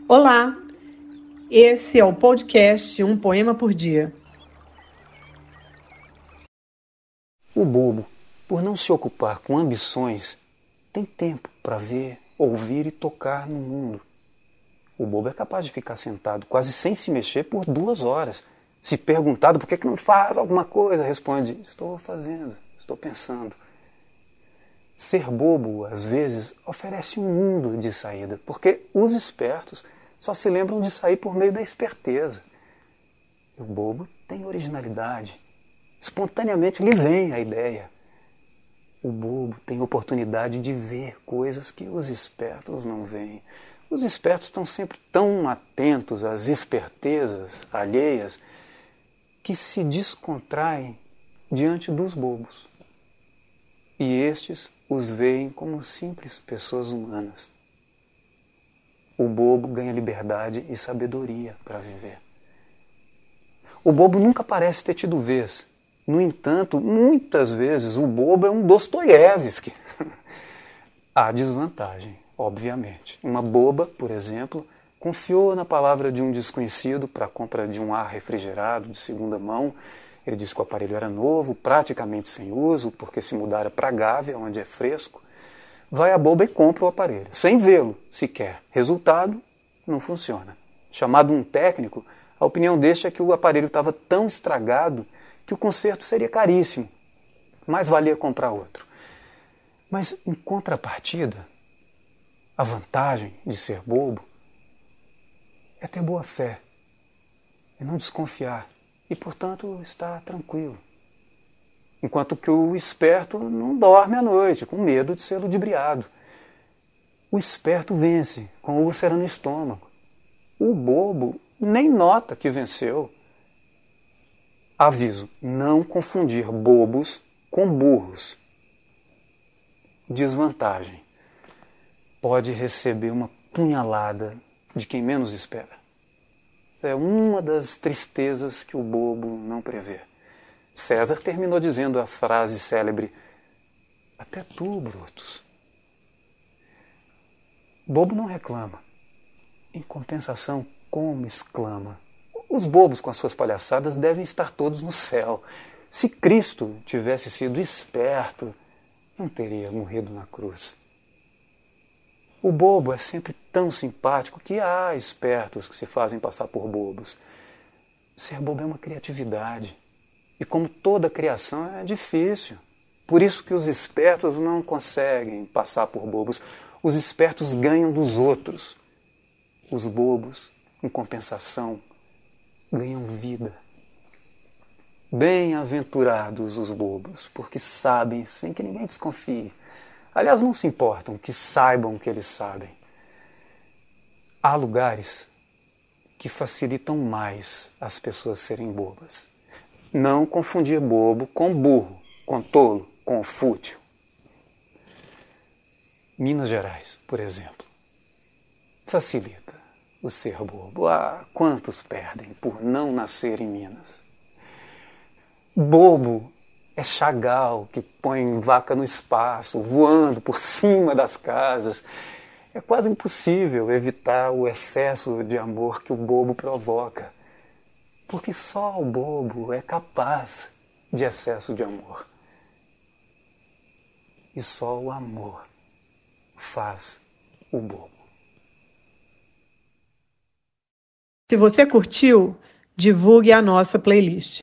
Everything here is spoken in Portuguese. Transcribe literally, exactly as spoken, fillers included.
Olá, esse é o podcast Um Poema por Dia. O bobo, por não se ocupar com ambições, tem tempo para ver, ouvir e tocar no mundo. O bobo é capaz de ficar sentado quase sem se mexer por duas horas. Se perguntado por que não faz alguma coisa, responde: estou fazendo, estou pensando. Ser bobo, às vezes, oferece um mundo de saída, porque os espertos só se lembram de sair por meio da esperteza. O bobo tem originalidade. Espontaneamente lhe vem a ideia. O bobo tem oportunidade de ver coisas que os espertos não veem. Os espertos estão sempre tão atentos às espertezas alheias que se descontraem diante dos bobos. E estes os veem como simples pessoas humanas. O bobo ganha liberdade e sabedoria para viver. O bobo nunca parece ter tido vez. No entanto, muitas vezes o bobo é um Dostoiévski. Há desvantagem, obviamente. Uma boba, por exemplo, confiou na palavra de um desconhecido para a compra de um ar refrigerado de segunda mão. Ele disse que o aparelho era novo, praticamente sem uso, porque se mudara para Gávea, onde é fresco. Vai a boba e compra o aparelho, sem vê-lo sequer. Resultado, não funciona. Chamado um técnico, a opinião deste é que o aparelho estava tão estragado que o conserto seria caríssimo. Mais valia comprar outro. Mas, em contrapartida, a vantagem de ser bobo é ter boa fé, é não desconfiar e, portanto, estar tranquilo. Enquanto que o esperto não dorme à noite, com medo de ser ludibriado. O esperto vence, com úlcera no estômago. O bobo nem nota que venceu. Aviso, não confundir bobos com burros. Desvantagem. Pode receber uma punhalada de quem menos espera. É uma das tristezas que o bobo não prevê. César terminou dizendo a frase célebre: até tu, Brutus. Bobo não reclama. Em compensação, como exclama. Os bobos com as suas palhaçadas devem estar todos no céu. Se Cristo tivesse sido esperto, não teria morrido na cruz. O bobo é sempre tão simpático que há espertos que se fazem passar por bobos. Ser bobo é uma criatividade. E como toda criação é difícil. Por isso que os espertos não conseguem passar por bobos. Os espertos ganham dos outros. Os bobos, em compensação, ganham vida. Bem-aventurados os bobos, porque sabem sem que ninguém desconfie. Aliás, não se importam que saibam que eles sabem. Há lugares que facilitam mais as pessoas serem bobas. Não confundir bobo com burro, com tolo, com fútil. Minas Gerais, por exemplo, facilita o ser bobo. Ah, quantos perdem por não nascer em Minas? Bobo é Chagall, que põe vaca no espaço, voando por cima das casas. É quase impossível evitar o excesso de amor que o bobo provoca. Porque só o bobo é capaz de excesso de amor. E só o amor faz o bobo. Se você curtiu, divulgue a nossa playlist.